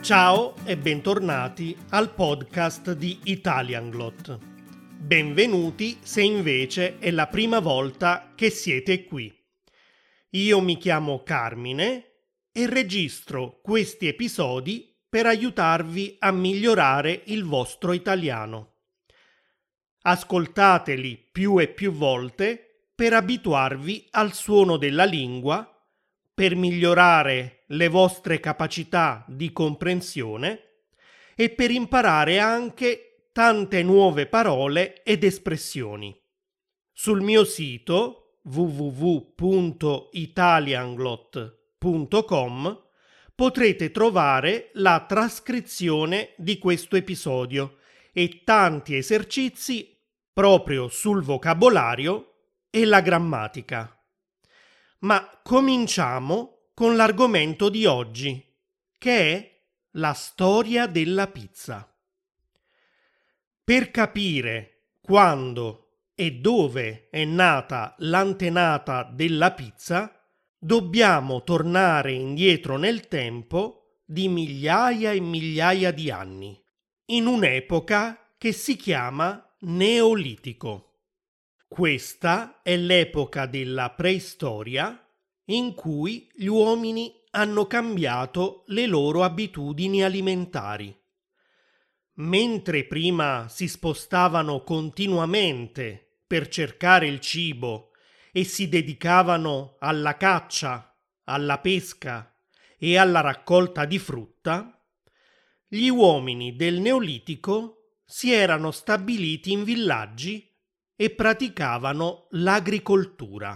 Ciao e bentornati al podcast di Italianglot. Benvenuti se invece è la prima volta che siete qui. Io mi chiamo Carmine e registro questi episodi per aiutarvi a migliorare il vostro italiano. Ascoltateli più e più volte per abituarvi al suono della lingua, per migliorare le vostre capacità di comprensione e per imparare anche tante nuove parole ed espressioni. Sul mio sito www.italianglot.com potrete trovare la trascrizione di questo episodio e tanti esercizi proprio sul vocabolario e la grammatica. Ma cominciamo con l'argomento di oggi, che è la storia della pizza. Per capire quando e dove è nata l'antenata della pizza, dobbiamo tornare indietro nel tempo di migliaia e migliaia di anni, in un'epoca che si chiama Neolitico. Questa è l'epoca della preistoria in cui gli uomini hanno cambiato le loro abitudini alimentari. Mentre prima si spostavano continuamente per cercare il cibo e si dedicavano alla caccia, alla pesca e alla raccolta di frutta, gli uomini del Neolitico si erano stabiliti in villaggi e praticavano l'agricoltura.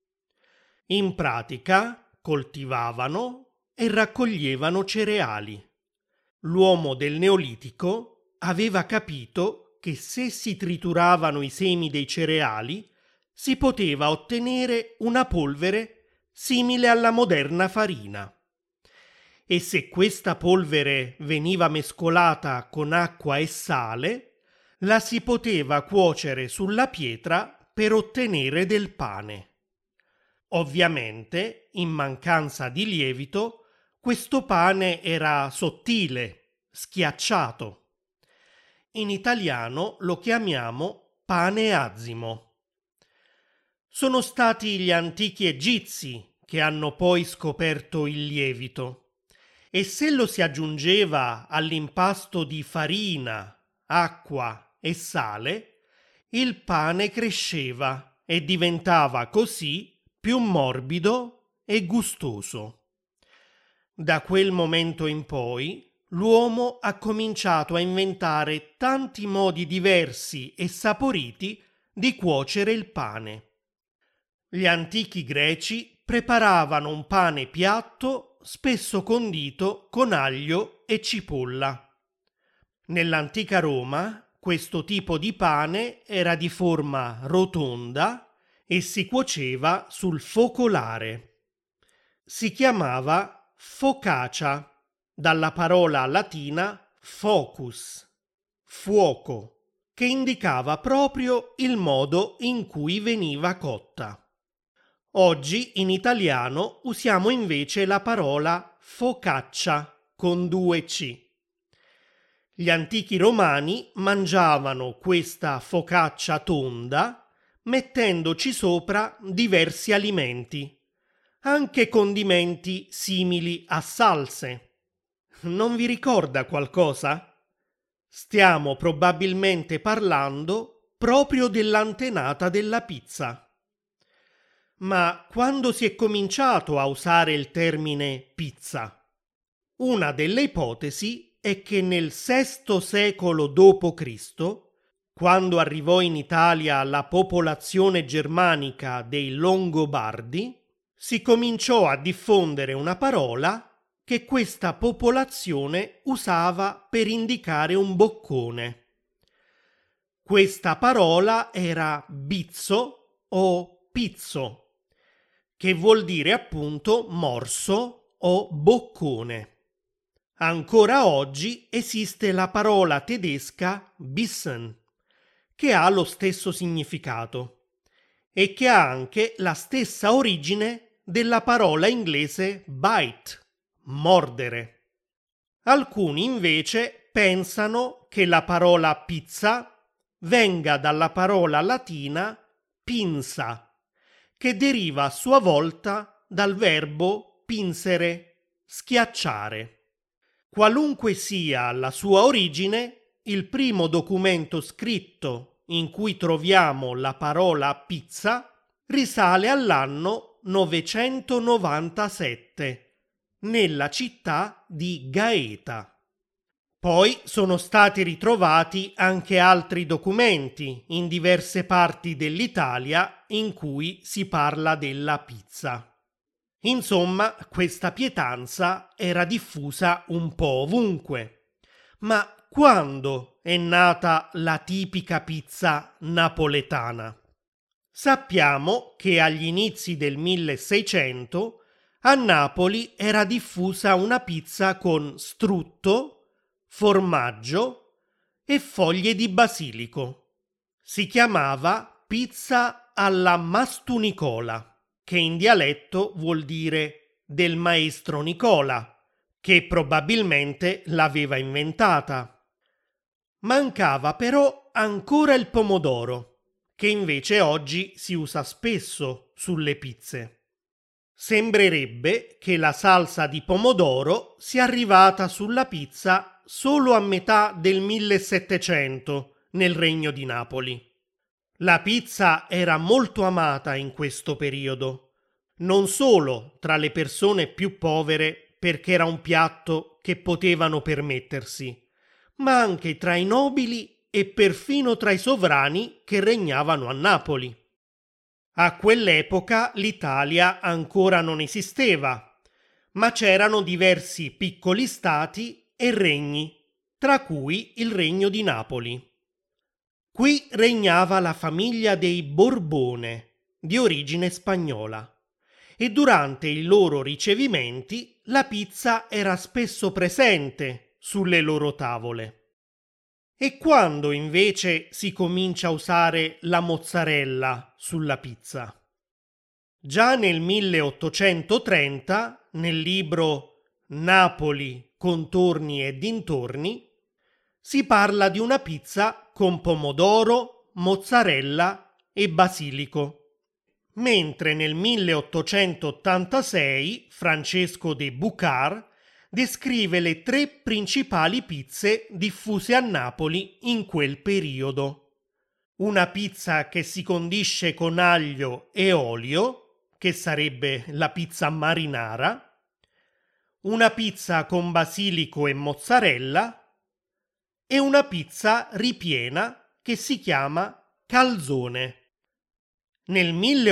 In pratica coltivavano e raccoglievano cereali. L'uomo del Neolitico aveva capito che se si trituravano i semi dei cereali si poteva ottenere una polvere simile alla moderna farina. E se questa polvere veniva mescolata con acqua e sale, la si poteva cuocere sulla pietra per ottenere del pane. Ovviamente, in mancanza di lievito, questo pane era sottile, schiacciato. In italiano lo chiamiamo pane azimo. Sono stati gli antichi egizi che hanno poi scoperto il lievito e se lo si aggiungeva all'impasto di farina, acqua e sale, il pane cresceva e diventava così più morbido e gustoso. Da quel momento in poi l'uomo ha cominciato a inventare tanti modi diversi e saporiti di cuocere il pane. Gli antichi greci preparavano un pane piatto spesso condito con aglio e cipolla. Nell'antica Roma questo tipo di pane era di forma rotonda e si cuoceva sul focolare. Si chiamava focaccia, dalla parola latina focus, fuoco, che indicava proprio il modo in cui veniva cotta. Oggi in italiano usiamo invece la parola focaccia con 2 C. Gli antichi romani mangiavano questa focaccia tonda mettendoci sopra diversi alimenti, anche condimenti simili a salse. Non vi ricorda qualcosa? Stiamo probabilmente parlando proprio dell'antenata della pizza. Ma quando si è cominciato a usare il termine pizza? Una delle ipotesi è che nel VI secolo d.C., quando arrivò in Italia la popolazione germanica dei Longobardi, si cominciò a diffondere una parola che questa popolazione usava per indicare un boccone. Questa parola era bizzo o pizzo, che vuol dire appunto morso o boccone. Ancora oggi esiste la parola tedesca Bissen, che ha lo stesso significato e che ha anche la stessa origine della parola inglese bite, mordere. Alcuni invece pensano che la parola pizza venga dalla parola latina pinza, che deriva a sua volta dal verbo pinsere, schiacciare. Qualunque sia la sua origine, il primo documento scritto in cui troviamo la parola pizza risale all'anno 997, nella città di Gaeta. Poi sono stati ritrovati anche altri documenti in diverse parti dell'Italia in cui si parla della pizza. Insomma, questa pietanza era diffusa un po' ovunque. Ma quando è nata la tipica pizza napoletana? Sappiamo che agli inizi del 1600 a Napoli era diffusa una pizza con strutto, formaggio e foglie di basilico. Si chiamava pizza alla Mastunicola, che in dialetto vuol dire del maestro Nicola, che probabilmente l'aveva inventata. Mancava però ancora il pomodoro, che invece oggi si usa spesso sulle pizze. Sembrerebbe che la salsa di pomodoro sia arrivata sulla pizza solo a metà del 1700 nel Regno di Napoli. La pizza era molto amata in questo periodo, non solo tra le persone più povere perché era un piatto che potevano permettersi, ma anche tra i nobili e perfino tra i sovrani che regnavano a Napoli. A quell'epoca l'Italia ancora non esisteva, ma c'erano diversi piccoli stati e regni, tra cui il Regno di Napoli. Qui regnava la famiglia dei Borbone, di origine spagnola, e durante i loro ricevimenti la pizza era spesso presente sulle loro tavole. E quando invece si comincia a usare la mozzarella sulla pizza? Già nel 1830, nel libro Napoli, contorni e dintorni, si parla di una pizza con pomodoro, mozzarella e basilico. Mentre nel 1886 Francesco de Bucar descrive le 3 principali pizze diffuse a Napoli in quel periodo. Una pizza che si condisce con aglio e olio, che sarebbe la pizza marinara, una pizza con basilico e mozzarella e una pizza ripiena che si chiama calzone. Nel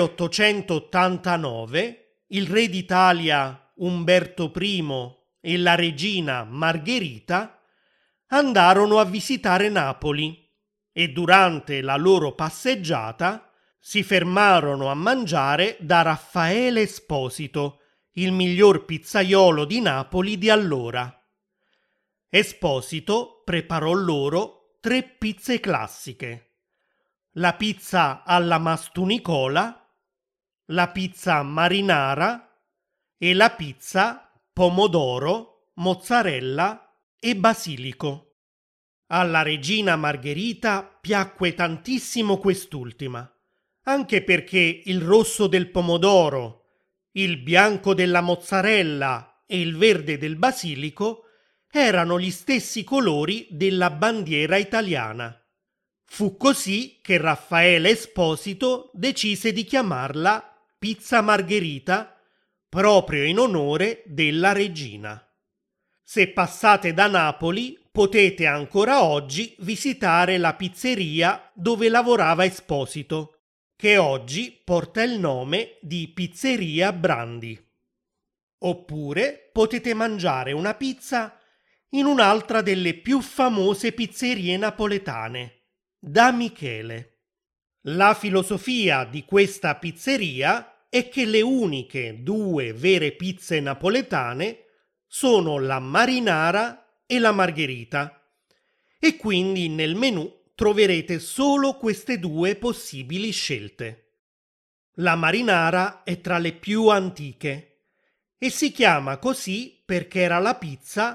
1889 il re d'Italia Umberto I e la regina Margherita andarono a visitare Napoli e durante la loro passeggiata si fermarono a mangiare da Raffaele Esposito, il miglior pizzaiolo di Napoli di allora. Esposito preparò loro 3 pizze classiche: la pizza alla Mastunicola, la pizza marinara e la pizza pomodoro, mozzarella e basilico. Alla regina Margherita piacque tantissimo quest'ultima, anche perché il rosso del pomodoro, il bianco della mozzarella e il verde del basilico erano gli stessi colori della bandiera italiana. Fu così che Raffaele Esposito decise di chiamarla Pizza Margherita proprio in onore della regina. Se passate da Napoli potete ancora oggi visitare la pizzeria dove lavorava Esposito, che oggi porta il nome di Pizzeria Brandi. Oppure potete mangiare una pizza in un'altra delle più famose pizzerie napoletane, Da Michele. La filosofia di questa pizzeria è che le uniche 2 vere pizze napoletane sono la marinara e la margherita, e quindi nel menù troverete solo queste 2 possibili scelte. La marinara è tra le più antiche e si chiama così perché era la pizza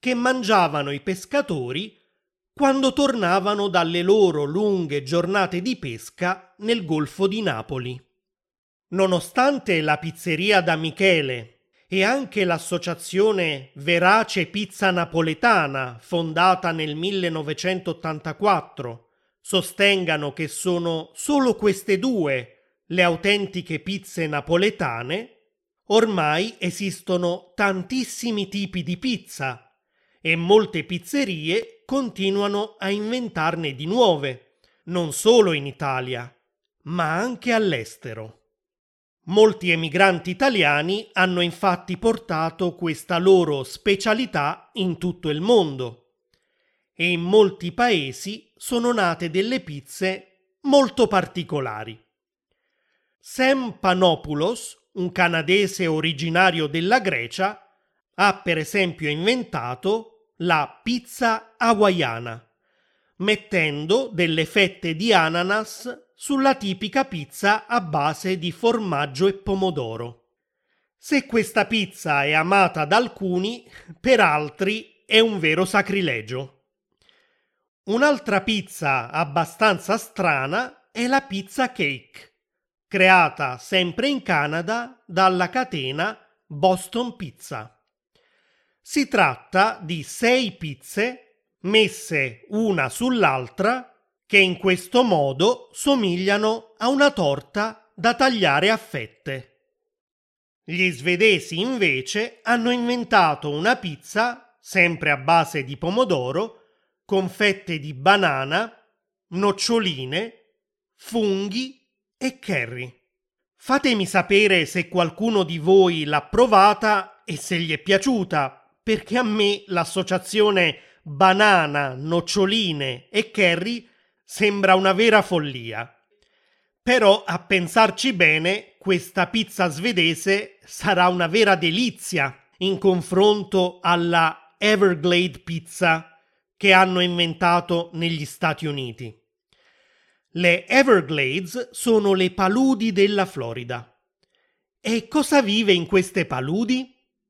che mangiavano i pescatori quando tornavano dalle loro lunghe giornate di pesca nel Golfo di Napoli. Nonostante la pizzeria da Michele e anche l'associazione Verace Pizza Napoletana, fondata nel 1984, sostengano che sono solo queste due le autentiche pizze napoletane, ormai esistono tantissimi tipi di pizza e molte pizzerie continuano a inventarne di nuove, non solo in Italia, ma anche all'estero. Molti emigranti italiani hanno infatti portato questa loro specialità in tutto il mondo e in molti paesi sono nate delle pizze molto particolari. Sam Panopoulos, un canadese originario della Grecia, ha per esempio inventato la pizza hawaiana, mettendo delle fette di ananas sulla tipica pizza a base di formaggio e pomodoro. Se questa pizza è amata da alcuni, per altri è un vero sacrilegio. Un'altra pizza abbastanza strana è la pizza cake, creata sempre in Canada dalla catena Boston Pizza. Si tratta di 6 pizze messe una sull'altra che in questo modo somigliano a una torta da tagliare a fette. Gli svedesi invece hanno inventato una pizza sempre a base di pomodoro con fette di banana, noccioline, funghi e curry. Fatemi sapere se qualcuno di voi l'ha provata e se gli è piaciuta, perché a me l'associazione banana, noccioline e curry sembra una vera follia. Però a pensarci bene, questa pizza svedese sarà una vera delizia in confronto alla Everglade Pizza che hanno inventato negli Stati Uniti. Le Everglades sono le paludi della Florida. E cosa vive in queste paludi?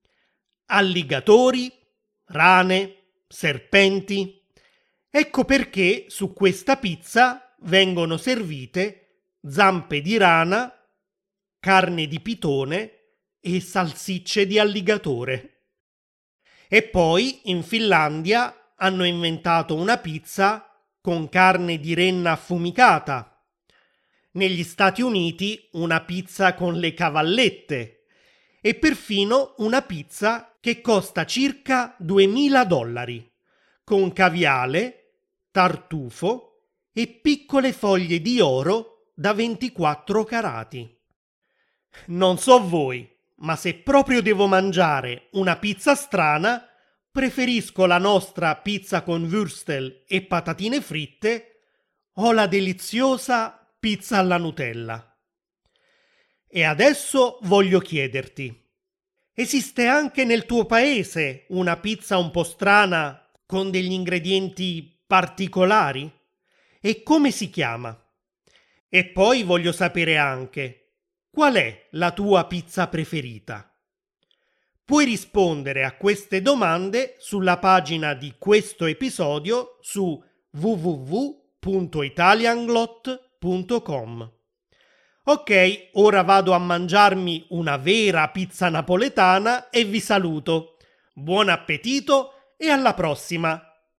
Alligatori, rane, serpenti. Ecco perché su questa pizza vengono servite zampe di rana, carne di pitone e salsicce di alligatore. E poi in Finlandia hanno inventato una pizza con carne di renna affumicata. Negli Stati Uniti una pizza con le cavallette e perfino una pizza che costa circa $2.000 con caviale, tartufo e piccole foglie di oro da 24 carati. Non so voi, ma se proprio devo mangiare una pizza strana, preferisco la nostra pizza con würstel e patatine fritte o la deliziosa pizza alla Nutella. E adesso voglio chiederti: esiste anche nel tuo paese una pizza un po' strana con degli ingredienti particolari? E come si chiama? E poi voglio sapere anche qual è la tua pizza preferita. Puoi rispondere a queste domande sulla pagina di questo episodio su www.italianglot.com. Ok, ora vado a mangiarmi una vera pizza napoletana e vi saluto. Buon appetito e alla prossima!